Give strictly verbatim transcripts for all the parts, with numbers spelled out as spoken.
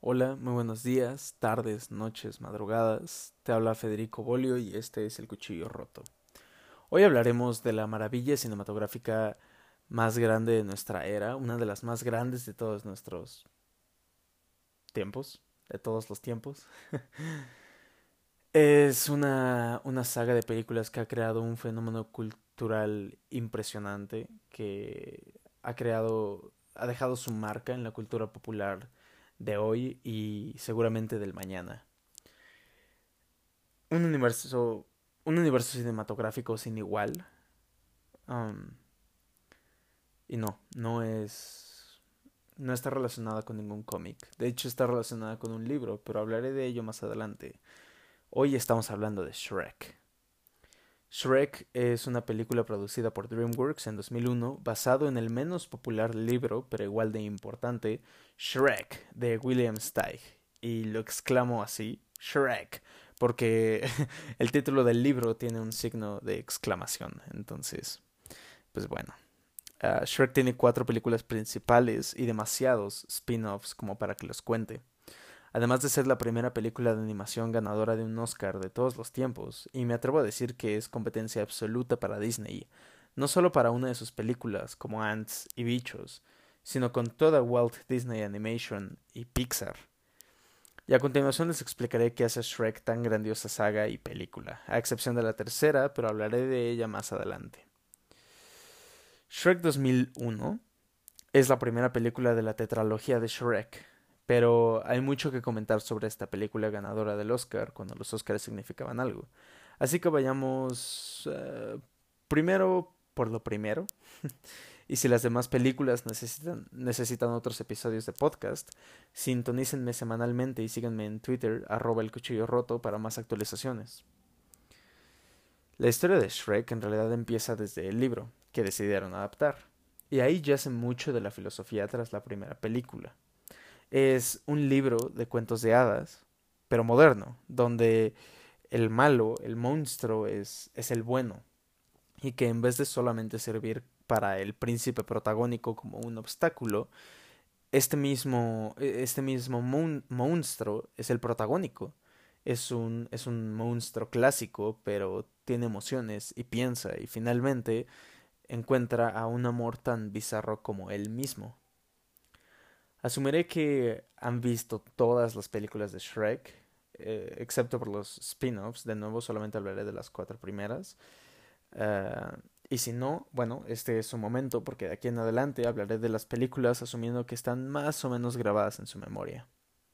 Hola, muy buenos días, tardes, noches, madrugadas. Te habla Federico Bolio y este es El Cuchillo Roto. Hoy hablaremos de la maravilla cinematográfica más grande de nuestra era, una de las más grandes de todos nuestros tiempos, de todos los tiempos. Es una, una saga de películas que ha creado un fenómeno cultural impresionante, que ha creado, ha dejado su marca en la cultura popular de hoy y seguramente del mañana. Un universo, un universo cinematográfico sin igual. um, y no, no es, no está relacionada con ningún cómic. De hecho, está relacionada con un libro, pero hablaré de ello más adelante. Hoy estamos hablando de Shrek. Shrek es una película producida por DreamWorks en dos mil uno, basado en el menos popular libro, pero igual de importante, Shrek, de William Steig. Y lo exclamo así, Shrek, porque el título del libro tiene un signo de exclamación. Entonces, pues bueno. Uh, Shrek tiene cuatro películas principales y demasiados spin-offs como para que los cuente. Además de ser la primera película de animación ganadora de un Oscar de todos los tiempos, y me atrevo a decir que es competencia absoluta para Disney, no solo para una de sus películas como Ants y Bichos, sino con toda Walt Disney Animation y Pixar. Y a continuación les explicaré qué hace Shrek tan grandiosa saga y película, a excepción de la tercera, pero hablaré de ella más adelante. Shrek dos mil uno es la primera película de la tetralogía de Shrek, pero hay mucho que comentar sobre esta película ganadora del Oscar cuando los Oscars significaban algo. Así que vayamos uh, primero por lo primero. Y si las demás películas necesitan, necesitan otros episodios de podcast, sintonícenme semanalmente y síganme en Twitter, arroba el cuchillo roto, para más actualizaciones. La historia de Shrek en realidad empieza desde el libro, que decidieron adaptar. Y ahí yace mucho de la filosofía tras la primera película. Es un libro de cuentos de hadas, pero moderno, donde el malo, el monstruo, es, es el bueno, y que en vez de solamente servir para el príncipe protagónico como un obstáculo, este mismo, este mismo mon monstruo es el protagónico. Es un, es un monstruo clásico, pero tiene emociones y piensa, y finalmente encuentra a un amor tan bizarro como él mismo. Asumiré que han visto todas las películas de Shrek, eh, excepto por los spin-offs. De nuevo, solamente hablaré de las cuatro primeras. Uh, y si no, bueno, este es su momento, porque de aquí en adelante hablaré de las películas asumiendo que están más o menos grabadas en su memoria.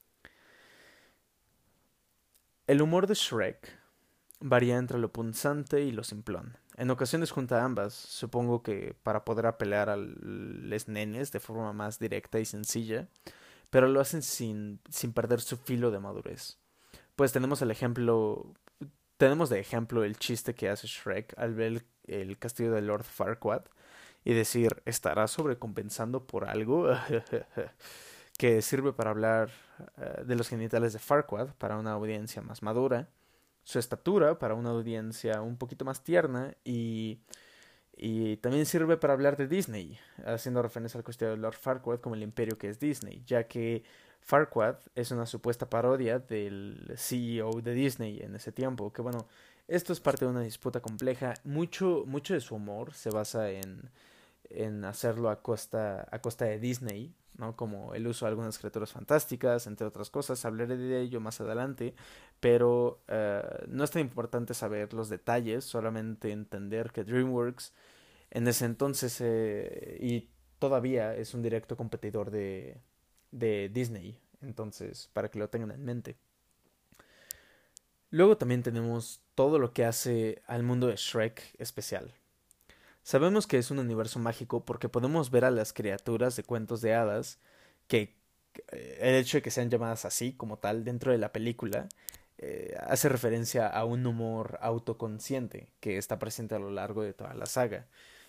El humor de Shrek varía entre lo punzante y lo simplón. En ocasiones junta ambas, supongo que para poder apelar a los nenes de forma más directa y sencilla, pero lo hacen sin, sin perder su filo de madurez. Pues tenemos el ejemplo, tenemos de ejemplo el chiste que hace Shrek al ver el, el castillo de Lord Farquaad y decir, ¿estará sobrecompensando por algo? Que sirve para hablar uh, de los genitales de Farquaad para una audiencia más madura, su estatura para una audiencia un poquito más tierna y, y también sirve para hablar de Disney, haciendo referencia al castillo de Lord Farquaad como el imperio que es Disney, ya que Farquaad es una supuesta parodia del C E O de Disney en ese tiempo, que bueno, esto es parte de una disputa compleja. Mucho, mucho de su humor se basa en, en hacerlo a costa, a costa de Disney, ¿no? Como el uso de algunas criaturas fantásticas, entre otras cosas. Hablaré de ello más adelante, pero uh, no es tan importante saber los detalles, solamente entender que DreamWorks en ese entonces eh, y todavía es un directo competidor de, de Disney, entonces para que lo tengan en mente. Luego también tenemos todo lo que hace al mundo de Shrek especial. Sabemos que es un universo mágico porque podemos ver a las criaturas de cuentos de hadas, que eh, el hecho de que sean llamadas así como tal dentro de la película eh, hace referencia a un humor autoconsciente que está presente a lo largo de toda la saga.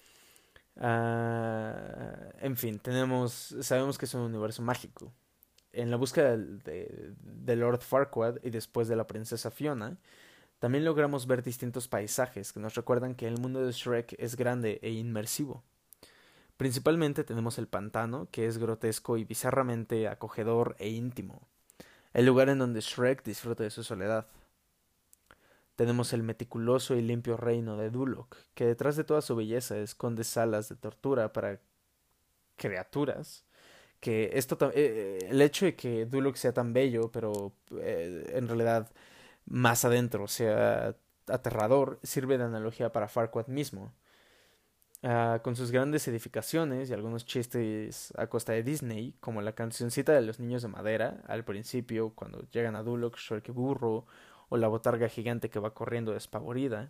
Uh, en fin, tenemos, sabemos que es un universo mágico. En la búsqueda de, de Lord Farquaad y después de la princesa Fiona, también logramos ver distintos paisajes que nos recuerdan que el mundo de Shrek es grande e inmersivo. Principalmente tenemos el pantano, que es grotesco y bizarramente acogedor e íntimo. el lugar en donde Shrek disfruta de su soledad. Tenemos el meticuloso y limpio reino de Duloc, que detrás de toda su belleza esconde salas de tortura para criaturas. Que esto, eh, el hecho de que Duloc sea tan bello, pero eh, en realidad más adentro sea aterrador, sirve de analogía para Farquaad mismo. Uh, con sus grandes edificaciones y algunos chistes a costa de Disney, como la cancioncita de los niños de madera al principio, cuando llegan a Duloc, Shrek burro, o la botarga gigante que va corriendo despavorida.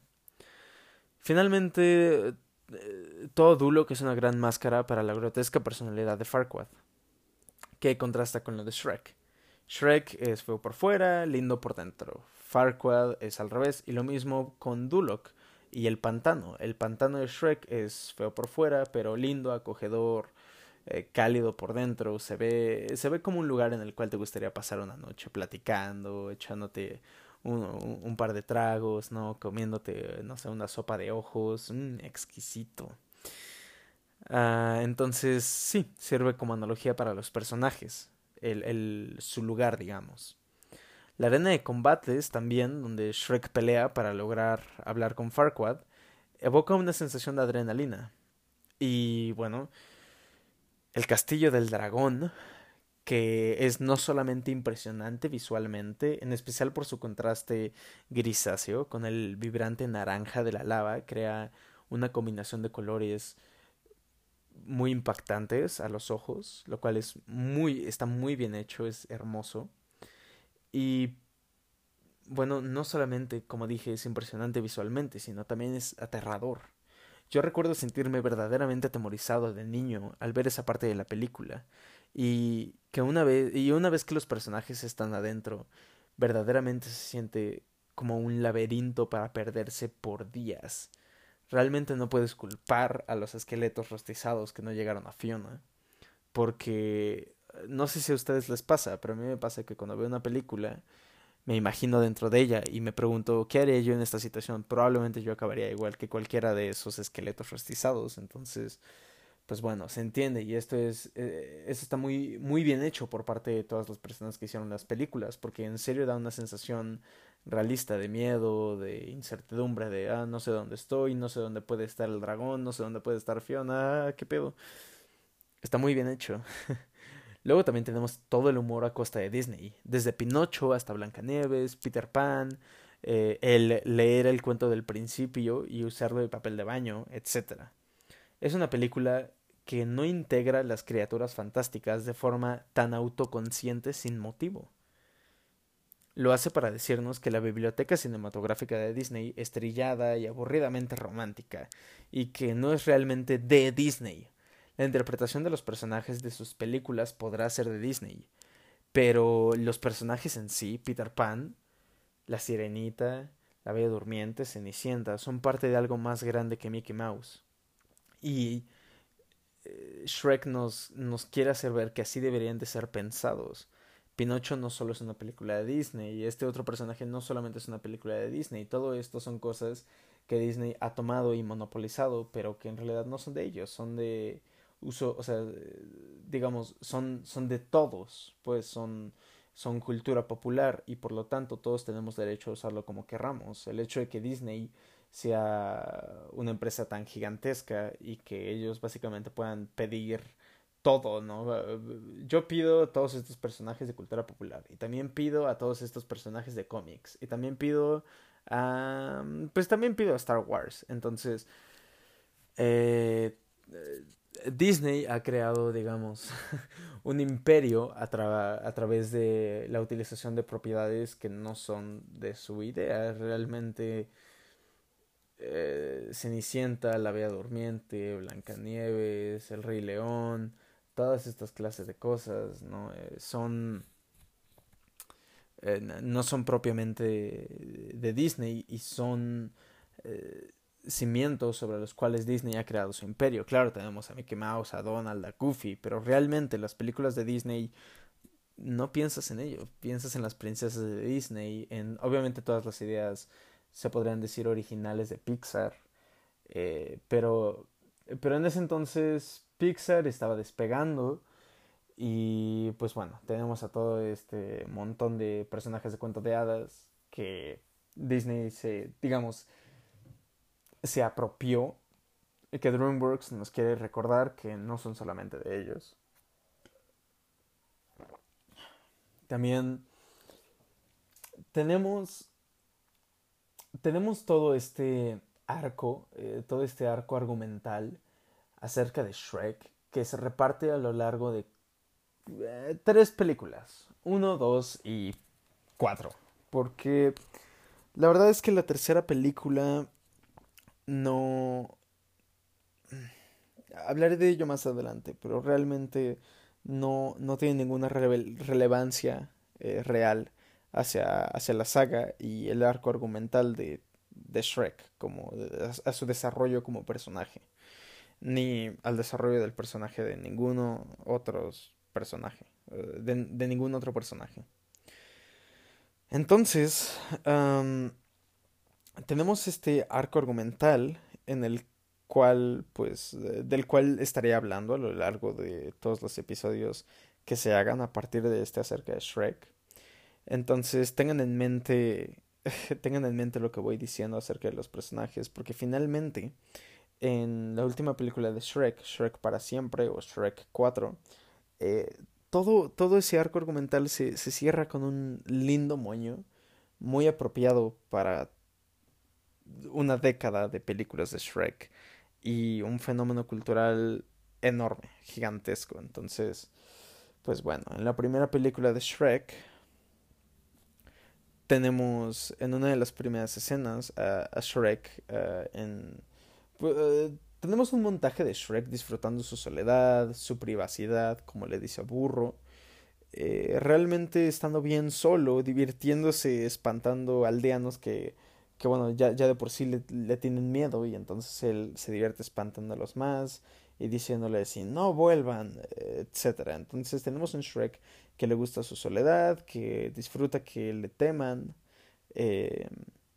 Finalmente, eh, todo Duloc es una gran máscara para la grotesca personalidad de Farquaad, que contrasta con lo de Shrek. Shrek es feo por fuera, lindo por dentro. Farquaad es al revés, y lo mismo con Duloc y el pantano. El pantano de Shrek es feo por fuera, pero lindo, acogedor, eh, cálido por dentro. Se ve, se ve como un lugar en el cual te gustaría pasar una noche platicando, echándote un, un, un par de tragos, ¿no? Comiéndote, no sé, una sopa de ojos. Mmm, exquisito. Uh, entonces, sí, sirve como analogía para los personajes. El, el, su lugar, digamos. La arena de combates también, donde Shrek pelea para lograr hablar con Farquaad, evoca una sensación de adrenalina. Y bueno, el castillo del dragón, que es no solamente impresionante visualmente, en especial por su contraste grisáceo con el vibrante naranja de la lava, crea una combinación de colores muy impactantes a los ojos, lo cual es muy, está muy bien hecho, es hermoso. Y bueno, no solamente, como dije, es impresionante visualmente, sino también es aterrador. Yo recuerdo sentirme verdaderamente atemorizado de niño al ver esa parte de la película. Y que una vez, y una vez que los personajes están adentro, verdaderamente se siente como un laberinto para perderse por días. Realmente no puedes culpar a los esqueletos rostizados que no llegaron a Fiona. Porque no sé si a ustedes les pasa, pero a mí me pasa que cuando veo una película me imagino dentro de ella y me pregunto qué haría yo en esta situación. Probablemente yo acabaría igual que cualquiera de esos esqueletos rostizados. Entonces, pues bueno, se entiende y esto es eh, esto está muy muy bien hecho por parte de todas las personas que hicieron las películas, porque en serio da una sensación realista de miedo, de incertidumbre, de ah, no sé dónde estoy, no sé dónde puede estar el dragón, no sé dónde puede estar Fiona, ah, qué pedo. Está muy bien hecho. Luego también tenemos todo el humor a costa de Disney, desde Pinocho hasta Blancanieves, Peter Pan, eh, el leer el cuento del principio y usarlo de papel de baño, etcétera. Es una película que no integra las criaturas fantásticas de forma tan autoconsciente sin motivo. Lo hace para decirnos que la biblioteca cinematográfica de Disney es trillada y aburridamente romántica, y que no es realmente de Disney. La interpretación de los personajes de sus películas podrá ser de Disney, pero los personajes en sí, Peter Pan, la Sirenita, la Bella Durmiente, Cenicienta, son parte de algo más grande que Mickey Mouse. Y eh, Shrek nos, nos quiere hacer ver que así deberían de ser pensados. Pinocho no solo es una película de Disney, y este otro personaje no solamente es una película de Disney. Todo esto son cosas que Disney ha tomado y monopolizado, pero que en realidad no son de ellos, son de uso, o sea, digamos, son, son de todos, pues son, son cultura popular y por lo tanto todos tenemos derecho a usarlo como querramos. El hecho de que Disney sea una empresa tan gigantesca y que ellos básicamente puedan pedir todo, ¿no? Yo pido a todos estos personajes de cultura popular y también pido a todos estos personajes de cómics y también pido a... pues también pido a Star Wars. Entonces, eh, Disney ha creado, digamos, un imperio a, tra a través de la utilización de propiedades que no son de su idea. Realmente eh, Cenicienta, la Bella Durmiente, Blancanieves, el Rey León, todas estas clases de cosas, ¿no? Eh, son eh, no son propiamente de Disney y son eh, cimientos sobre los cuales Disney ha creado su imperio. Claro, tenemos a Mickey Mouse, a Donald, a Goofy, pero realmente las películas de Disney no piensas en ello, piensas en las princesas de Disney, en obviamente todas las ideas se podrían decir originales de Pixar, eh, pero, pero en ese entonces Pixar estaba despegando Y pues bueno, tenemos a todo este montón de personajes de cuentos de hadas que Disney se, digamos, se apropió y que DreamWorks nos quiere recordar que no son solamente de ellos. También tenemos, tenemos todo este arco, eh, todo este arco argumental acerca de Shrek que se reparte a lo largo de eh, tres películas, uno, dos y cuatro. Porque la verdad es que la tercera película no... Hablaré de ello más adelante, pero realmente no, no tiene ninguna rele- relevancia eh, real hacia, hacia la saga y el arco argumental de, de Shrek, como a, a su desarrollo como personaje, ni al desarrollo del personaje de ninguno otro personaje, eh, de, de ningún otro personaje. Entonces, am, tenemos este arco argumental en el cual, pues, eh, del cual estaré hablando a lo largo de todos los episodios que se hagan a partir de este acerca de Shrek. Entonces, tengan en mente, tengan en mente lo que voy diciendo acerca de los personajes, porque finalmente, en la última película de Shrek, Shrek para siempre o Shrek cuatro, eh, todo, todo ese arco argumental se, se cierra con un lindo moño, muy apropiado para una década de películas de Shrek y un fenómeno cultural enorme, gigantesco. Entonces, pues bueno, en la primera película de Shrek tenemos en una de las primeras escenas a, a Shrek uh, en... Uh, tenemos un montaje de Shrek disfrutando su soledad, su privacidad, como le dice a Burro, eh, realmente estando bien solo, divirtiéndose, espantando aldeanos que, que bueno, ya, ya de por sí le, le tienen miedo y entonces él se divierte espantando a los más y diciéndole si no vuelvan, eh, etcétera. Entonces tenemos un Shrek que le gusta su soledad, que disfruta que le teman, eh,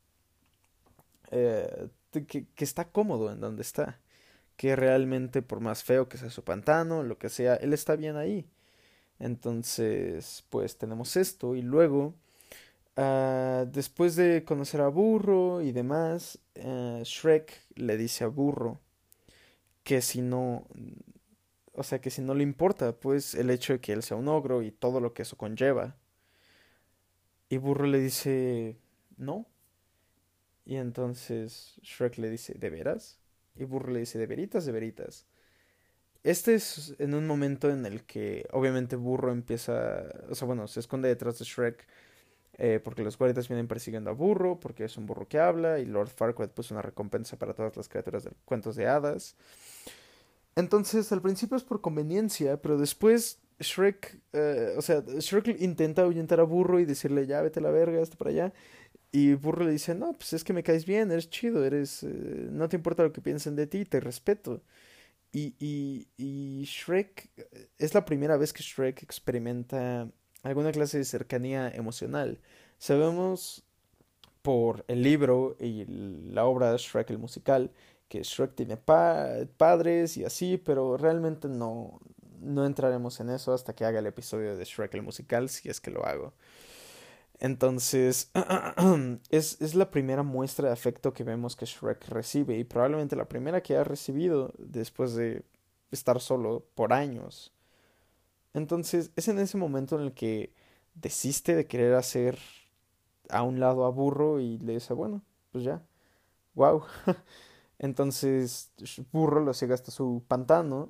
eh, que, que está cómodo en donde está, que realmente por más feo que sea su pantano, lo que sea, él está bien ahí. Entonces, pues tenemos esto y luego, uh, después de conocer a Burro y demás, uh, Shrek le dice a Burro que si no, o sea, que si no le importa, pues el hecho de que él sea un ogro y todo lo que eso conlleva. Y Burro le dice, no. Y entonces Shrek le dice, ¿de veras? Y Burro le dice, ¿de veritas, de veritas? Este es en un momento en el que obviamente Burro empieza, o sea, bueno, se esconde detrás de Shrek eh, porque los guardias vienen persiguiendo a Burro, porque es un burro que habla y Lord Farquaad puso una recompensa para todas las criaturas de cuentos de hadas. Entonces, al principio es por conveniencia, pero después Shrek, eh, o sea, Shrek intenta ahuyentar a Burro y decirle, ya vete a la verga, hasta para allá. Y Burro le dice, no, pues es que me caes bien, eres chido, eres, eh, no te importa lo que piensen de ti, te respeto. Y, y, y Shrek, es la primera vez que Shrek experimenta alguna clase de cercanía emocional. Sabemos por el libro y la obra de Shrek el musical que Shrek tiene pa padres y así, pero realmente no, no entraremos en eso hasta que haga el episodio de Shrek el musical, si es que lo hago. Entonces, es, es la primera muestra de afecto que vemos que Shrek recibe y probablemente la primera que ha recibido después de estar solo por años. Entonces, es en ese momento en el que desiste de querer hacer a un lado a Burro y le dice, bueno, pues ya, wow. Entonces, Burro lo sigue hasta su pantano.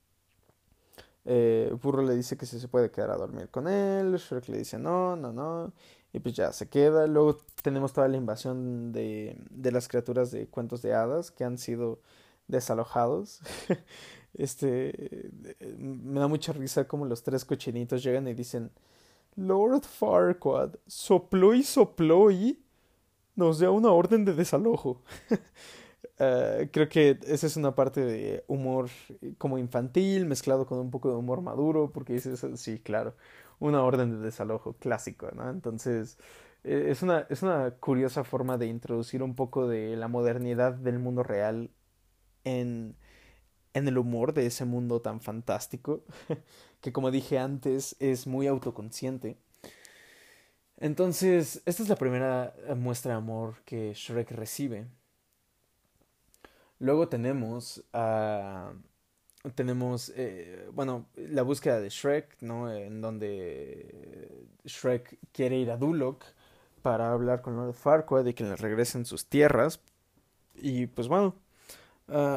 Eh, Burro le dice que si se puede quedar a dormir con él. Shrek le dice no, no, no. Y pues ya se queda. Luego tenemos toda la invasión de, de las criaturas de cuentos de hadas que han sido desalojados. Este me da mucha risa como los tres cochinitos llegan y dicen Lord Farquaad sopló y sopló y nos da una orden de desalojo. Uh, creo que esa es una parte de humor como infantil mezclado con un poco de humor maduro, porque dices, sí, claro, una orden de desalojo clásico, ¿no? Entonces, eh, es una, es una curiosa forma de introducir un poco de la modernidad del mundo real en, en el humor de ese mundo tan fantástico, que como dije antes es muy autoconsciente. Entonces, esta es la primera muestra de amor que Shrek recibe. Luego tenemos a... tenemos, eh, bueno, la búsqueda de Shrek, ¿no? En donde Shrek quiere ir a Duloc para hablar con Lord Farquaad y que le regresen sus tierras. Y pues bueno, uh,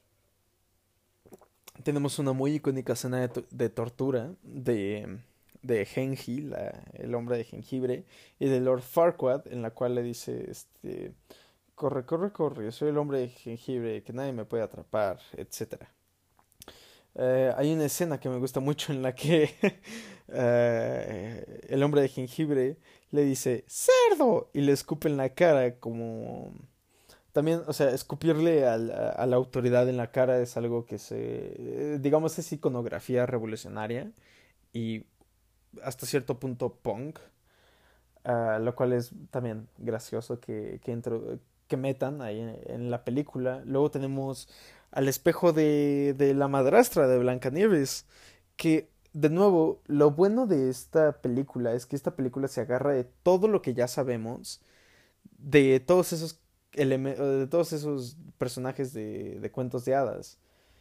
tenemos una muy icónica escena de, to- de tortura de, de Genji, la- el hombre de jengibre, y de Lord Farquaad, en la cual le dice, este, corre, corre, corre, soy el hombre de jengibre, que nadie me puede atrapar, etcétera. Eh, hay una escena que me gusta mucho en la que eh, el hombre de jengibre le dice ¡cerdo! Y le escupe en la cara como... También, o sea, escupirle al- a, a la autoridad en la cara es algo que se... eh, digamos, es iconografía revolucionaria y hasta cierto punto punk, ah, lo cual es también gracioso que, que, intro- que metan ahí en, en la película. Luego tenemos al espejo de, de la madrastra de Blancanieves, que de nuevo, lo bueno de esta película es que esta película se agarra de todo lo que ya sabemos, de todos esos eleme- de todos esos personajes de, de cuentos de hadas.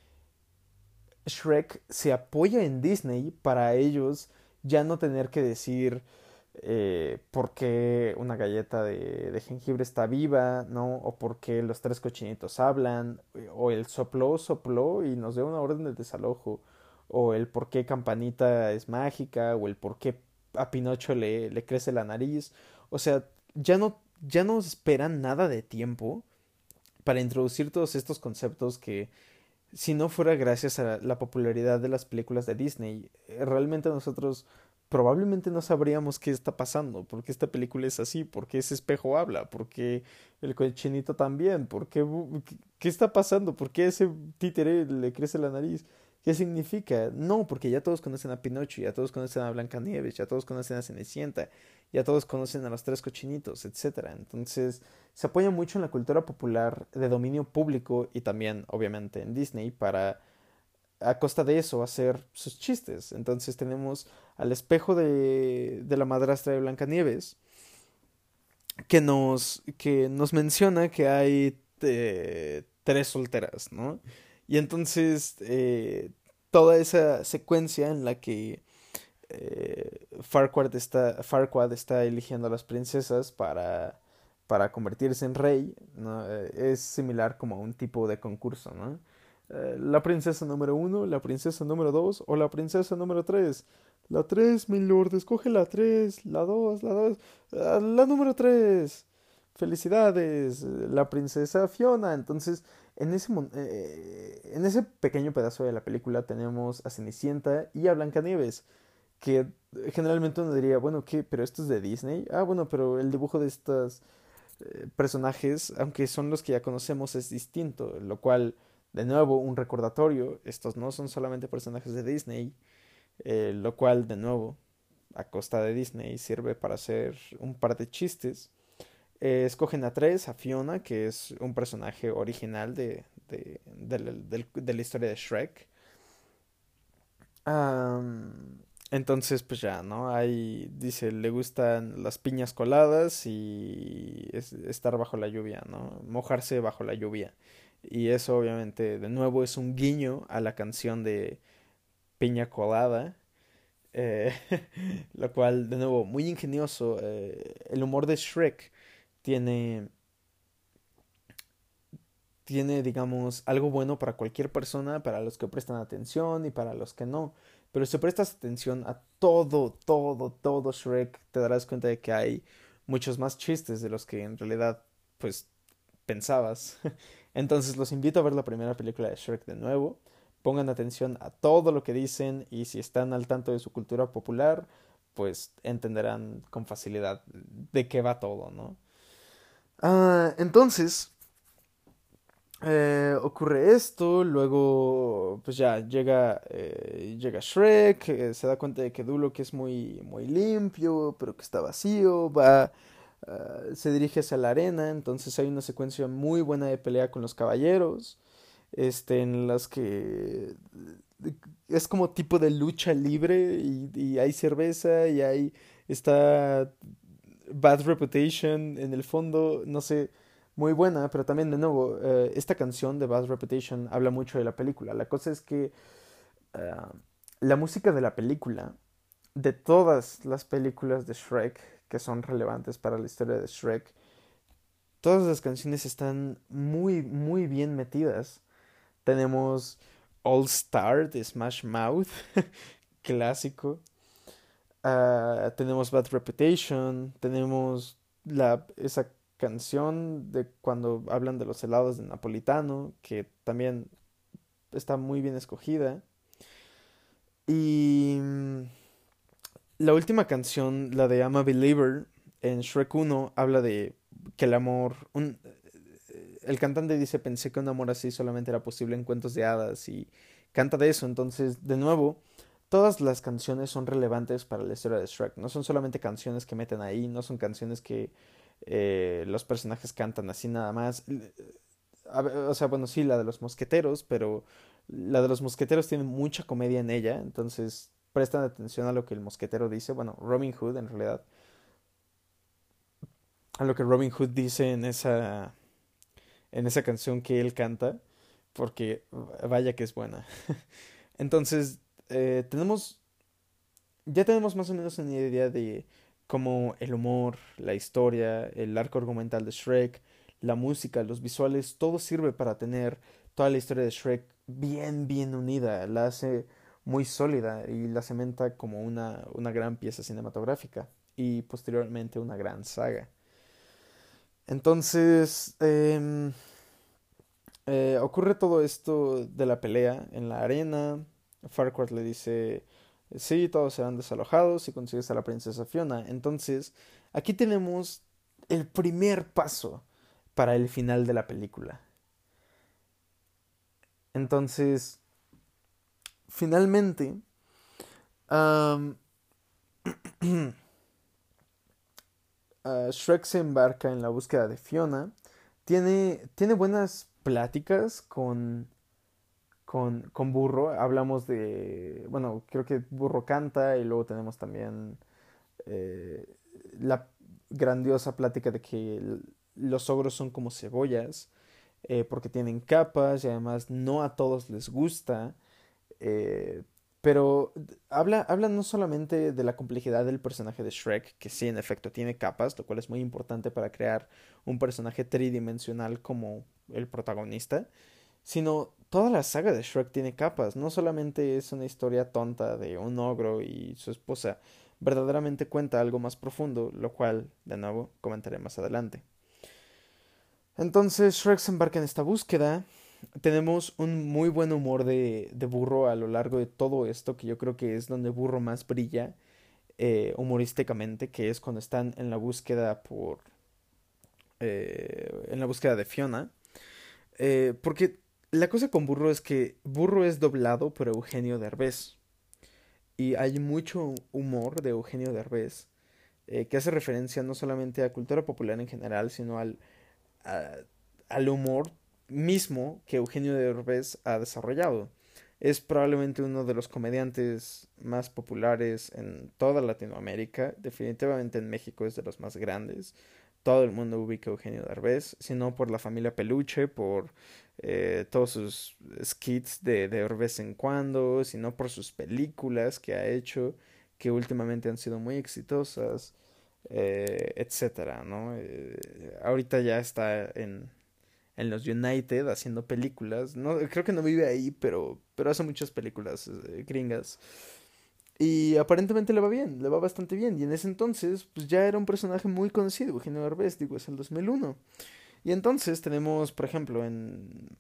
Shrek se apoya en Disney para ellos ya no tener que decir eh, por qué una galleta de, de jengibre está viva, ¿no? O por qué los tres cochinitos hablan, o el sopló, sopló y nos dio una orden de desalojo, o el por qué Campanita es mágica, o el por qué a Pinocho le, le crece la nariz. O sea, ya no, ya no esperan nada de tiempo para introducir todos estos conceptos que si no fuera gracias a la popularidad de las películas de Disney, eh, realmente nosotros probablemente no sabríamos qué está pasando, por qué esta película es así, por qué ese espejo habla, por qué el cochinito también, por qué, bu- qué, qué está pasando, por qué ese títere le crece la nariz, qué significa. No, porque ya todos conocen a Pinocho, ya todos conocen a Blancanieves, ya todos conocen a Cenicienta, ya todos conocen a los tres cochinitos, etcétera. Entonces, se apoya mucho en la cultura popular de dominio público y también, obviamente, en Disney para, a costa de eso, hacer sus chistes. Entonces tenemos al espejo de, de la madrastra de Blancanieves que nos, que nos menciona que hay eh, tres solteras, ¿no? Y entonces eh, toda esa secuencia en la que eh, Farquaad está, Farquaad está eligiendo a las princesas para, para convertirse en rey, ¿no? Eh, es similar como a un tipo de concurso, ¿no? Eh, la princesa número uno, la princesa número dos o la princesa número tres. La tres, mi lord, escoge la tres, la dos, la dos, ah, la número tres. Felicidades, la princesa Fiona. Entonces, en ese, mon- eh, en ese pequeño pedazo de la película tenemos a Cenicienta y a Blancanieves que generalmente uno diría, bueno, ¿qué? ¿Pero esto es de Disney? Ah, bueno, pero el dibujo de estos eh, personajes, aunque son los que ya conocemos, es distinto, lo cual, de nuevo, un recordatorio, estos no son solamente personajes de Disney, eh, lo cual, de nuevo, a costa de Disney, sirve para hacer un par de chistes. Eh, escogen a tres, a Fiona, que es un personaje original de, de, de, la- del- de la historia de Shrek. Am, entonces, pues ya, ¿no? Ahí dice, le gustan las piñas coladas y es- estar bajo la lluvia, ¿no? Mojarse bajo la lluvia. Y eso, obviamente, de nuevo es un guiño a la canción de Piña Colada. eh, lo cual, de nuevo, muy ingenioso. Eh, el humor de Shrek tiene tiene, digamos, algo bueno para cualquier persona, para los que prestan atención y para los que no. Pero si prestas atención a todo, todo, todo Shrek, te darás cuenta de que hay muchos más chistes de los que en realidad, pues, pensabas. Entonces los invito a ver la primera película de Shrek de nuevo. Pongan atención a todo lo que dicen y si están al tanto de su cultura popular, pues entenderán con facilidad de qué va todo, ¿no? Ah, entonces, eh, ocurre esto, luego pues ya llega, eh, llega Shrek, eh, se da cuenta de que Duloc es muy, muy limpio, pero que está vacío, va, ah, se dirige hacia la arena, entonces hay una secuencia muy buena de pelea con los caballeros, este, en las que es como tipo de lucha libre y, y hay cerveza y hay, está Bad Reputation en el fondo, no sé, muy buena, pero también de nuevo, eh, esta canción de Bad Reputation habla mucho de la película. La cosa es que eh, la música de la película, de todas las películas de Shrek que son relevantes para la historia de Shrek, todas las canciones están muy, muy bien metidas. Tenemos All Star de Smash Mouth, clásico. Uh, tenemos Bad Reputation, tenemos la, esa canción de cuando hablan de los helados de Napolitano, que también está muy bien escogida. Y mm, la última canción, la de I'm a Believer, en Shrek uno, habla de que el amor... Un, el cantante dice, pensé que un amor así solamente era posible en cuentos de hadas y canta de eso. Entonces, de nuevo, todas las canciones son relevantes para la historia de Shrek. No son solamente canciones que meten ahí, no son canciones que eh, los personajes cantan así nada más. A ver, o sea, bueno, sí, la de los mosqueteros, pero la de los mosqueteros tiene mucha comedia en ella, entonces prestan atención a lo que el mosquetero dice, bueno, Robin Hood en realidad, a lo que Robin Hood dice en esa en esa canción que él canta, porque vaya que es buena. Entonces, eh, tenemos, ya tenemos más o menos una idea de cómo el humor, la historia, el arco argumental de Shrek, la música, los visuales, todo sirve para tener toda la historia de Shrek bien, bien unida. La hace muy sólida y la cementa como una, una gran pieza cinematográfica y posteriormente una gran saga. Entonces, eh, eh, ocurre todo esto de la pelea en la arena. Farquaad le dice, sí, todos serán desalojados si consigues a la princesa Fiona. Entonces, aquí tenemos el primer paso para el final de la película. Entonces, finalmente, um, uh, Shrek se embarca en la búsqueda de Fiona. Tiene, tiene buenas pláticas con con, con Burro. Hablamos de, bueno, creo que Burro canta y luego tenemos también eh, la grandiosa plática de que el- los ogros son como cebollas, eh, porque tienen capas y además no a todos les gusta. eh, pero habla, habla no solamente de la complejidad del personaje de Shrek, que sí, en efecto, tiene capas, lo cual es muy importante para crear un personaje tridimensional como el protagonista, sino toda la saga de Shrek tiene capas. No solamente es una historia tonta de un ogro y su esposa, verdaderamente cuenta algo más profundo, lo cual, de nuevo, comentaré más adelante. Entonces Shrek se embarca en esta búsqueda. Tenemos un muy buen humor de, de Burro a lo largo de todo esto, que yo creo que es donde Burro más brilla eh, humorísticamente, que es cuando están en la búsqueda por... eh, en la búsqueda de Fiona. Eh, porque la cosa con Burro es que Burro es doblado por Eugenio Derbez. Y hay mucho humor de Eugenio Derbez eh, que hace referencia no solamente a cultura popular en general, sino al, a- al humor mismo que Eugenio Derbez ha desarrollado. Es probablemente uno de los comediantes más populares en toda Latinoamérica. Definitivamente en México es de los más grandes. Todo el mundo ubica a Eugenio Derbez, si no por la familia Peluche, por eh, todos sus skits de, de vez en cuando, sino por sus películas que ha hecho, que últimamente han sido muy exitosas, eh, etcétera, ¿no? Eh, ahorita ya está en, en los United haciendo películas. No, creo que no vive ahí, pero, pero hace muchas películas eh, gringas. Y aparentemente le va bien, le va bastante bien. Y en ese entonces, pues ya era un personaje muy conocido, Eugenio Derbez, digo, es el dos mil uno. Y entonces tenemos, por ejemplo, en...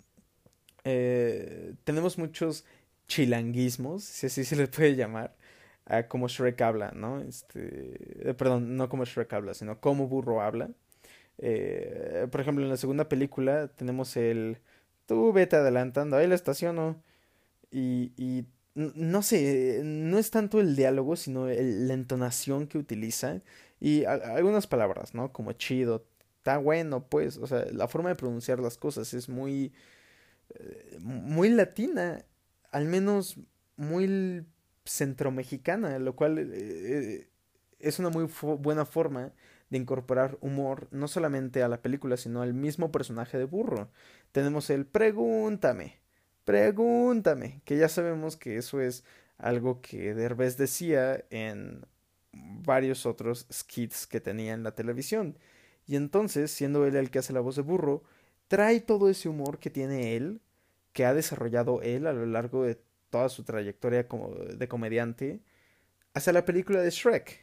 eh, tenemos muchos chilanguismos, si así se les puede llamar, a como Shrek habla, ¿no? Este, eh, perdón, no como Shrek habla, sino como Burro habla. Eh, por ejemplo, en la segunda película tenemos el... Tú vete adelantando, ahí la estaciono. Y, y n- no sé, no es tanto el diálogo, sino el- la entonación que utiliza. Y a- algunas palabras, ¿no? Como chido, está bueno, pues. O sea, la forma de pronunciar las cosas es muy... eh, muy latina, al menos muy centromexicana, lo cual eh, es una muy fo- buena forma de incorporar humor no solamente a la película, sino al mismo personaje de Burro. Tenemos el pregúntame, pregúntame, que ya sabemos que eso es algo que Derbez decía en varios otros skits que tenía en la televisión. Y entonces, siendo él el que hace la voz de Burro, trae todo ese humor que tiene él, que ha desarrollado él a lo largo de toda su trayectoria como de comediante, hacia la película de Shrek.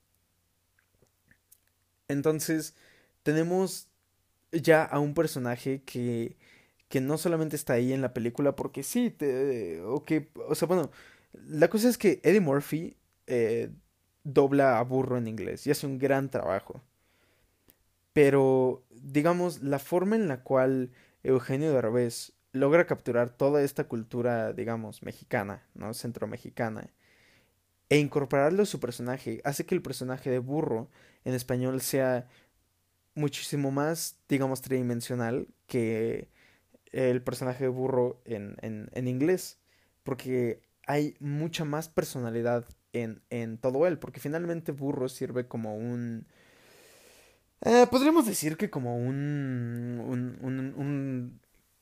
Entonces, tenemos ya a un personaje que, que no solamente está ahí en la película porque sí, te, o que, o sea, bueno, la cosa es que Eddie Murphy eh, dobla a Burro en inglés y hace un gran trabajo. Pero, digamos, la forma en la cual Eugenio Derbez logra capturar toda esta cultura, digamos, mexicana, ¿no? Centromexicana, e incorporarlo a su personaje, hace que el personaje de Burro en español sea muchísimo más, digamos, tridimensional que el personaje de Burro en, en, en inglés. Porque hay mucha más personalidad en, en todo él. Porque finalmente Burro sirve como un... Eh, podríamos decir que como un, un, un, un,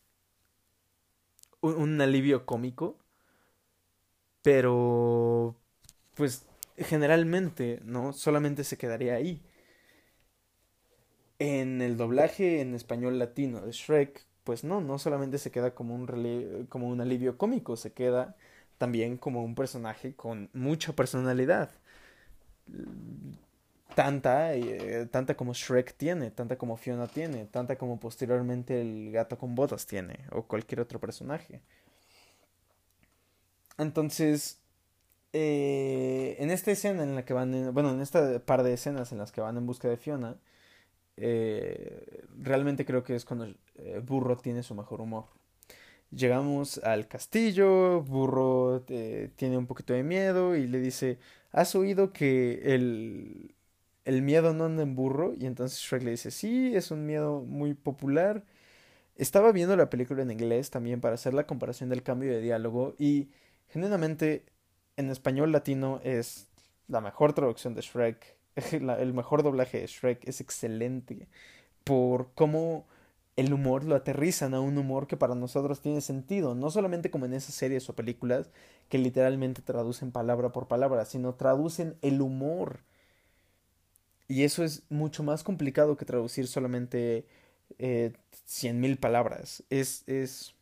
un- un alivio cómico. Pero, pues, generalmente, ¿no? Solamente se quedaría ahí. En el doblaje en español latino de Shrek, pues no, no solamente se queda como un, reli- como un alivio cómico, se queda también como un personaje con mucha personalidad. Tanta, eh, tanta como Shrek tiene, tanta como Fiona tiene, tanta como posteriormente el gato con botas tiene, o cualquier otro personaje. Entonces, eh, en esta escena en la que van, en- bueno, en esta par de escenas en las que van en busca de Fiona, eh, realmente creo que es cuando eh, Burro tiene su mejor humor. Llegamos al castillo, Burro eh, tiene un poquito de miedo y le dice, ¿has oído que el, el miedo no anda en burro? Y entonces Shrek le dice, sí, es un miedo muy popular. Estaba viendo la película en inglés también para hacer la comparación del cambio de diálogo y genuinamente en español latino es la mejor traducción de Shrek. La- el mejor doblaje de Shrek es excelente por cómo el humor lo aterrizan a un humor que para nosotros tiene sentido, no solamente como en esas series o películas que literalmente traducen palabra por palabra, sino traducen el humor. Y eso es mucho más complicado que traducir solamente eh, cien mil palabras. Es, es,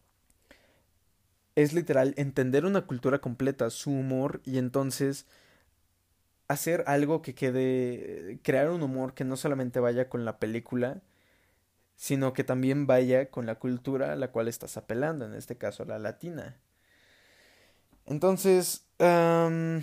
es literal entender una cultura completa, su humor, y entonces hacer algo que quede, crear un humor que no solamente vaya con la película, sino que también vaya con la cultura a la cual estás apelando, en este caso la latina. Entonces, am,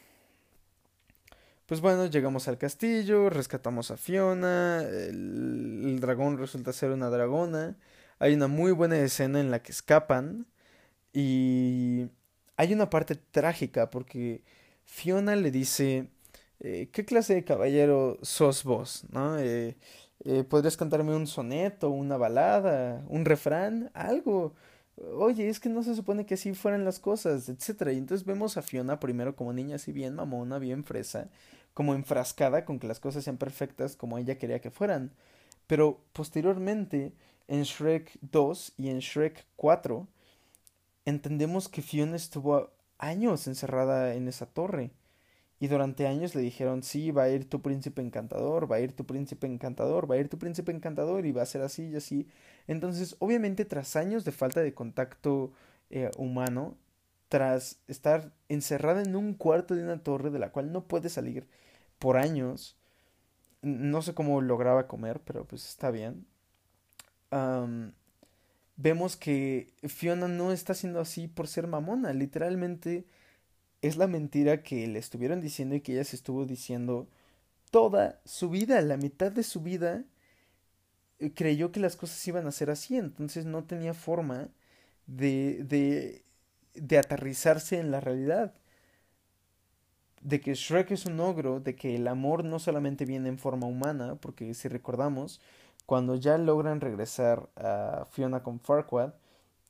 pues bueno, llegamos al castillo, rescatamos a Fiona, el, el dragón resulta ser una dragona, hay una muy buena escena en la que escapan y hay una parte trágica porque Fiona le dice, eh, ¿qué clase de caballero sos vos? ¿No? Eh, eh, ¿podrías cantarme un soneto, una balada, un refrán, algo? Oye, es que no se supone que así fueran las cosas, etcétera. Y entonces vemos a Fiona primero como niña así bien mamona, bien fresa, como enfrascada con que las cosas sean perfectas como ella quería que fueran. Pero posteriormente, en Shrek dos y en Shrek cuatro entendemos que Fiona estuvo años encerrada en esa torre. Y durante años le dijeron, sí, va a ir tu príncipe encantador, va a ir tu príncipe encantador, va a ir tu príncipe encantador y va a ser así y así. Entonces, obviamente, tras años de falta de contacto eh, humano, tras estar encerrada en un cuarto de una torre de la cual no puede salir por años, no sé cómo lograba comer, pero pues está bien. am, Vemos que Fiona no está siendo así por ser mamona, literalmente es la mentira que le estuvieron diciendo y que ella se estuvo diciendo toda su vida, la mitad de su vida, eh, creyó que las cosas iban a ser así, entonces no tenía forma de, de, de aterrizarse en la realidad, de que Shrek es un ogro, de que el amor no solamente viene en forma humana, porque si recordamos, cuando ya logran regresar a Fiona con Farquaad,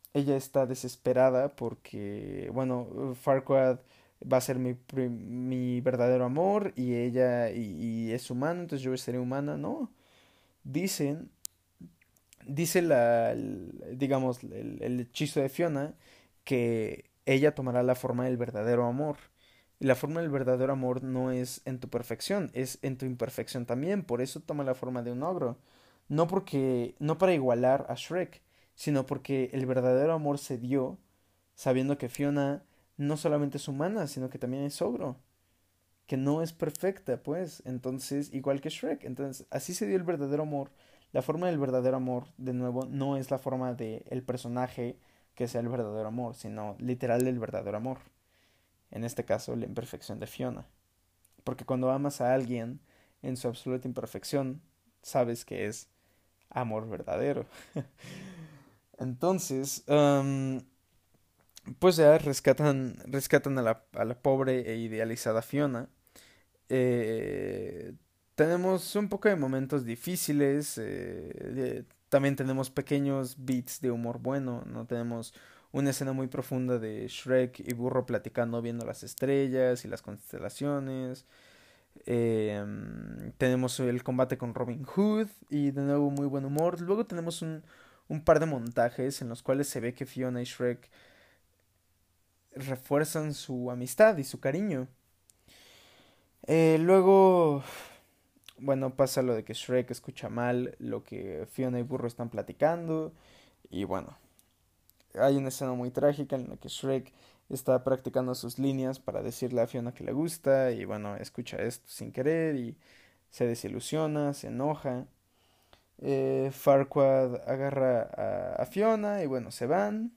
ella está desesperada porque, bueno, Farquaad va a ser mi, pri- mi verdadero amor y ella y, y es humano, entonces yo seré humana. No, dicen, dice la, el- digamos, el, el hechizo de Fiona que ella tomará la forma del verdadero amor. Y la forma del verdadero amor no es en tu perfección, es en tu imperfección también. Por eso toma la forma de un ogro. No porque, no para igualar a Shrek, sino porque el verdadero amor se dio sabiendo que Fiona no solamente es humana, sino que también es ogro. Que no es perfecta, pues. Entonces, igual que Shrek. Entonces, así se dio el verdadero amor. La forma del verdadero amor, de nuevo, no es la forma del el personaje que sea el verdadero amor, sino literal el verdadero amor. En este caso, la imperfección de Fiona. Porque cuando amas a alguien en su absoluta imperfección, sabes que es amor verdadero. Entonces, um, pues ya rescatan, rescatan a la, a la pobre e idealizada Fiona. Eh, tenemos un poco de momentos difíciles. Eh, de- también tenemos pequeños beats de humor bueno. No tenemos una escena muy profunda de Shrek y Burro platicando viendo las estrellas y las constelaciones. Eh, tenemos el combate con Robin Hood y de nuevo muy buen humor. Luego tenemos un, un par de montajes en los cuales se ve que Fiona y Shrek refuerzan su amistad y su cariño. Eh, luego, bueno, pasa lo de que Shrek escucha mal lo que Fiona y Burro están platicando. Y bueno, hay una escena muy trágica en la que Shrek está practicando sus líneas para decirle a Fiona que le gusta. Y bueno, escucha esto sin querer y se desilusiona, se enoja. Eh, Farquaad agarra a, a Fiona y bueno, se van.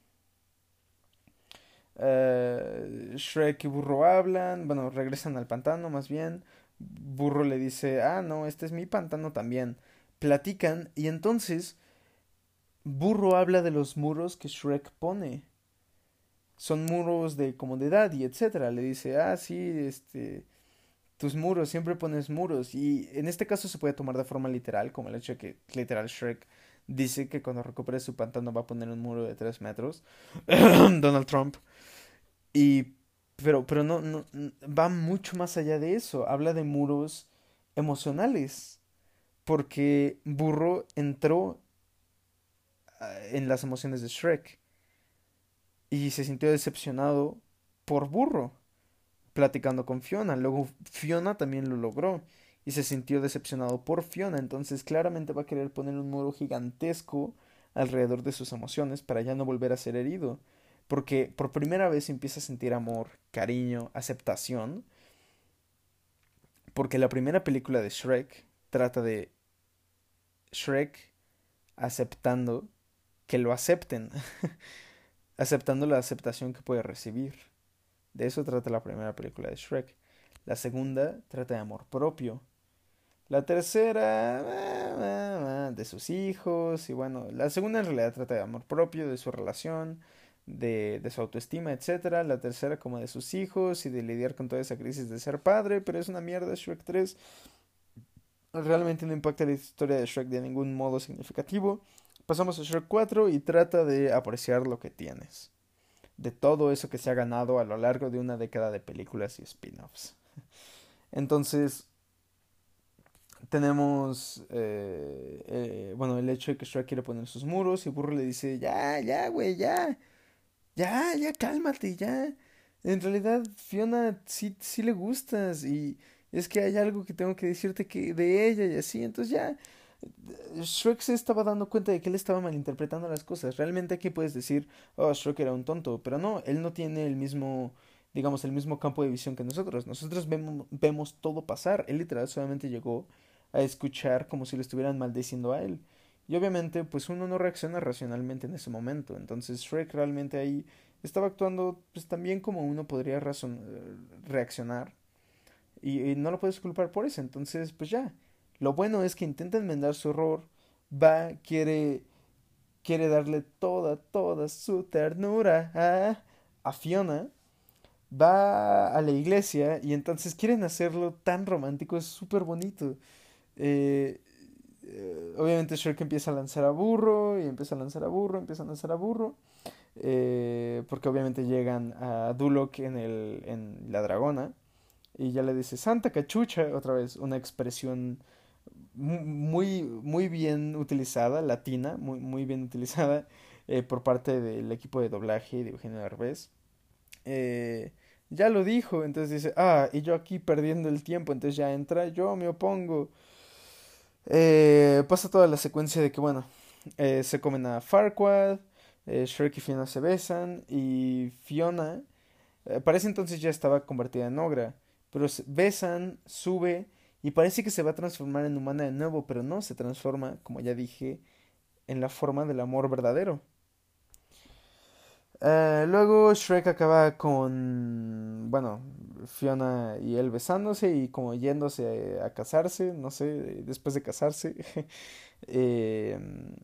Eh, Shrek y Burro hablan, bueno, regresan al pantano más bien. Burro le dice, ah, no, este es mi pantano también. Platican y entonces Burro habla de los muros que Shrek pone. Son muros de comodidad y etcétera. Le dice, ah, sí, este, tus muros, siempre pones muros. Y en este caso se puede tomar de forma literal, como el hecho de que literal Shrek dice que cuando recupere su pantano va a poner un muro de tres metros. Donald Trump. Y, pero, pero no, no, n- va mucho más allá de eso. Habla de muros emocionales. Porque Burro entró ah, en las emociones de Shrek. Y se sintió decepcionado por Burro, platicando con Fiona. Luego Fiona también lo logró. Y se sintió decepcionado por Fiona. Entonces claramente va a querer poner un muro gigantesco alrededor de sus emociones para ya no volver a ser herido. Porque por primera vez empieza a sentir amor, cariño, aceptación. Porque la primera película de Shrek trata de Shrek aceptando que lo acepten, aceptando la aceptación que puede recibir. De eso trata la primera película de Shrek. La segunda trata de amor propio. La tercera, eh, eh, eh, de sus hijos. Y bueno, la segunda en realidad trata de amor propio, de su relación, de, de su autoestima, etcétera. La tercera como de sus hijos y de lidiar con toda esa crisis de ser padre. Pero es una mierda Shrek tres. Realmente no impacta la historia de Shrek de ningún modo significativo. Pasamos a Shrek cuatro y trata de apreciar lo que tienes. De todo eso que se ha ganado a lo largo de una década de películas y spin-offs. Entonces, tenemos, eh, eh, bueno, el hecho de que Shrek quiere poner sus muros y Burro le dice, ya, ya, güey, ya, ya, ya, cálmate, ya. En realidad, Fiona sí, sí le gustas y es que hay algo que tengo que decirte que de ella y así, entonces ya. Shrek se estaba dando cuenta de que él estaba malinterpretando las cosas. Realmente aquí puedes decir, oh, Shrek era un tonto, pero no, él no tiene el mismo, digamos, el mismo campo de visión que nosotros. Nosotros vemos, vemos todo pasar. Él literal solamente llegó a escuchar como si le estuvieran maldiciendo a él. Y obviamente, pues uno no reacciona racionalmente en ese momento. Entonces Shrek realmente ahí estaba actuando, pues también como uno podría razon reaccionar. Y, y no lo puedes culpar por eso. Entonces, pues ya. Lo bueno es que intenta enmendar su error. Va, quiere, quiere darle toda, toda su ternura a, a Fiona. Va a la iglesia y entonces quieren hacerlo tan romántico. Es súper bonito. Eh, eh, obviamente Shrek empieza a lanzar a burro y empieza a lanzar a burro, empieza a lanzar a burro. eh, porque obviamente llegan a Duloc en, el, en la dragona y ya le dice Santa Cachucha, otra vez una expresión muy, muy bien utilizada, latina, muy, muy bien utilizada eh, por parte del equipo de doblaje de Eugenio Derbez. Eh, ya lo dijo, entonces dice, ah, y yo aquí perdiendo el tiempo, entonces ya entra, yo me opongo. Eh, pasa toda la secuencia de que, bueno, eh, se comen a Farquaad, eh, Shrek y Fiona se besan, y Fiona, eh, para ese entonces ya estaba convertida en ogra, pero se besan, sube, y parece que se va a transformar en humana de nuevo, pero no, se transforma, como ya dije, en la forma del amor verdadero. Eh, luego Shrek acaba con, bueno, Fiona y él besándose y como yéndose a casarse, no sé, después de casarse. Eh,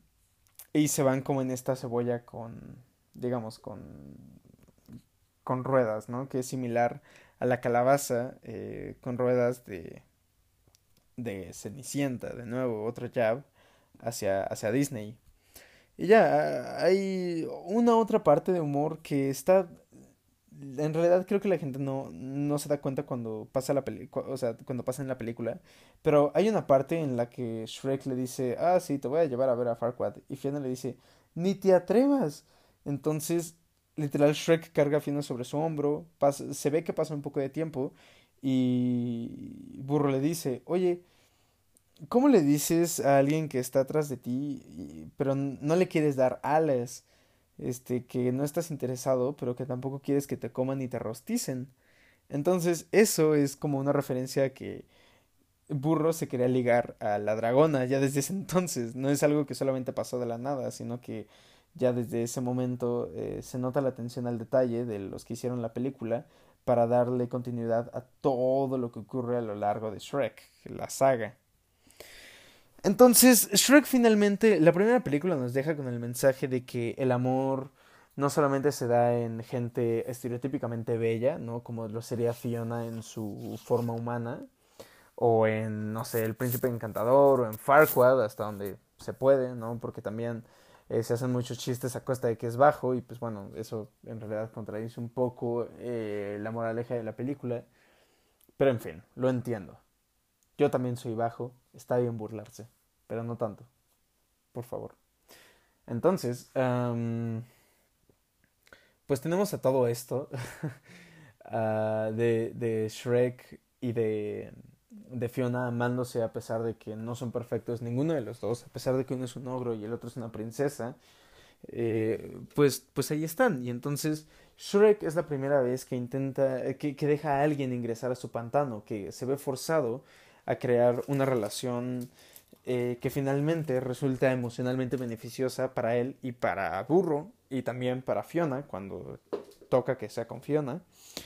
y se van como en esta cebolla con, digamos, con, con ruedas, ¿no? Que es similar a la calabaza eh, con ruedas de, de Cenicienta, de nuevo, otro jab hacia, hacia Disney. Y ya, hay una otra parte de humor que está. En realidad creo que la gente no, no se da cuenta cuando pasa la peli- cu- o sea, cuando pasa en la película. Pero hay una parte en la que Shrek le dice, ah, sí, te voy a llevar a ver a Farquaad. Y Fiona le dice, ni te atrevas. Entonces, literal, Shrek carga a Fiona sobre su hombro. Pasa- se ve que pasa un poco de tiempo. Y Burro le dice, oye, ¿cómo le dices a alguien que está atrás de ti, y- pero n- no le quieres dar alas? Este, que no estás interesado, pero que tampoco quieres que te coman y te rosticen. Entonces, eso es como una referencia a que Burro se quería ligar a la dragona ya desde ese entonces. No es algo que solamente pasó de la nada, sino que ya desde ese momento eh, se nota la atención al detalle de los que hicieron la película para darle continuidad a todo lo que ocurre a lo largo de Shrek, la saga. Entonces, Shrek finalmente, la primera película nos deja con el mensaje de que el amor no solamente se da en gente estereotípicamente bella, ¿no? Como lo sería Fiona en su forma humana, o en, no sé, el príncipe encantador, o en Farquaad, hasta donde se puede, ¿no? Porque también eh, se hacen muchos chistes a costa de que es bajo, y pues bueno, eso en realidad contradice un poco eh, la moraleja de la película. Pero en fin, lo entiendo. Yo también soy bajo, está bien burlarse, pero no tanto, por favor. Entonces, um, pues tenemos a todo esto uh, de, de Shrek y de, de Fiona amándose a pesar de que no son perfectos ninguno de los dos, a pesar de que uno es un ogro y el otro es una princesa, eh, pues, pues ahí están. Y entonces Shrek es la primera vez que intenta, que, que deja a alguien ingresar a su pantano, que se ve forzado a crear una relación eh, que finalmente resulta emocionalmente beneficiosa para él y para Burro y también para Fiona cuando toca que sea con Fiona.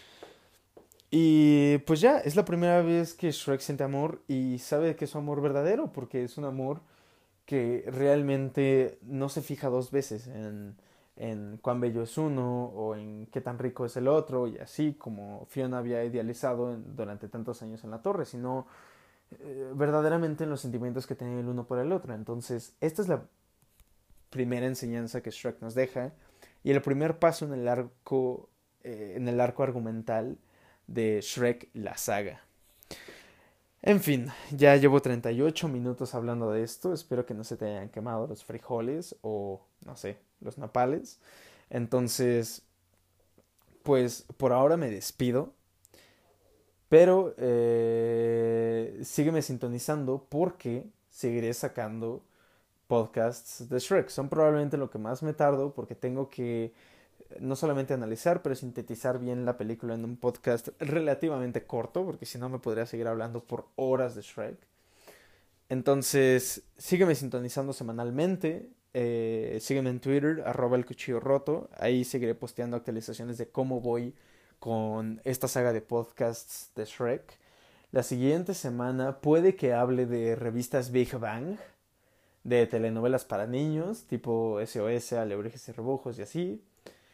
Y pues ya, es la primera vez que Shrek siente amor y sabe que es su amor verdadero porque es un amor que realmente no se fija dos veces en, en cuán bello es uno o en qué tan rico es el otro y así como Fiona había idealizado en, durante tantos años en la torre, sino eh, verdaderamente en los sentimientos que tienen el uno por el otro. Entonces, esta es la primera enseñanza que Shrek nos deja y el primer paso en el arco, eh, en el arco argumental de Shrek la saga. En fin, ya llevo treinta y ocho minutos hablando de esto. Espero que no se te hayan quemado los frijoles o, no sé, los napales. Entonces, pues por ahora me despido. Pero eh, sígueme sintonizando porque seguiré sacando podcasts de Shrek. Son probablemente lo que más me tardo porque tengo que no solamente analizar, pero sintetizar bien la película en un podcast relativamente corto, porque si no me podría seguir hablando por horas de Shrek. Entonces, sígueme sintonizando semanalmente. Eh, sígueme en Twitter, arroba el cuchillo roto. Ahí seguiré posteando actualizaciones de cómo voy con esta saga de podcasts de Shrek. La siguiente semana puede que hable de revistas Big Bang, de telenovelas para niños, tipo S O S, Alebrijes y Rebujos y así.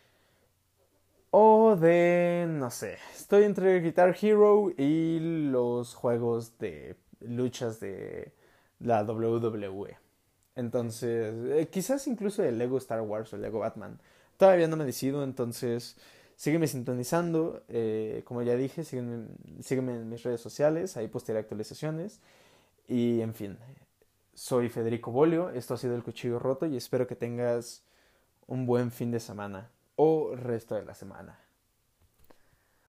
O de, no sé, estoy entre Guitar Hero y los juegos de luchas de la W W E. Entonces, eh, quizás incluso el Lego Star Wars o el Lego Batman. Todavía no me decido, entonces sígueme sintonizando. Eh, como ya dije, sígueme, sígueme en mis redes sociales, ahí postearé actualizaciones. Y en fin, soy Federico Bolio, esto ha sido El Cuchillo Roto y espero que tengas un buen fin de semana o resto de la semana.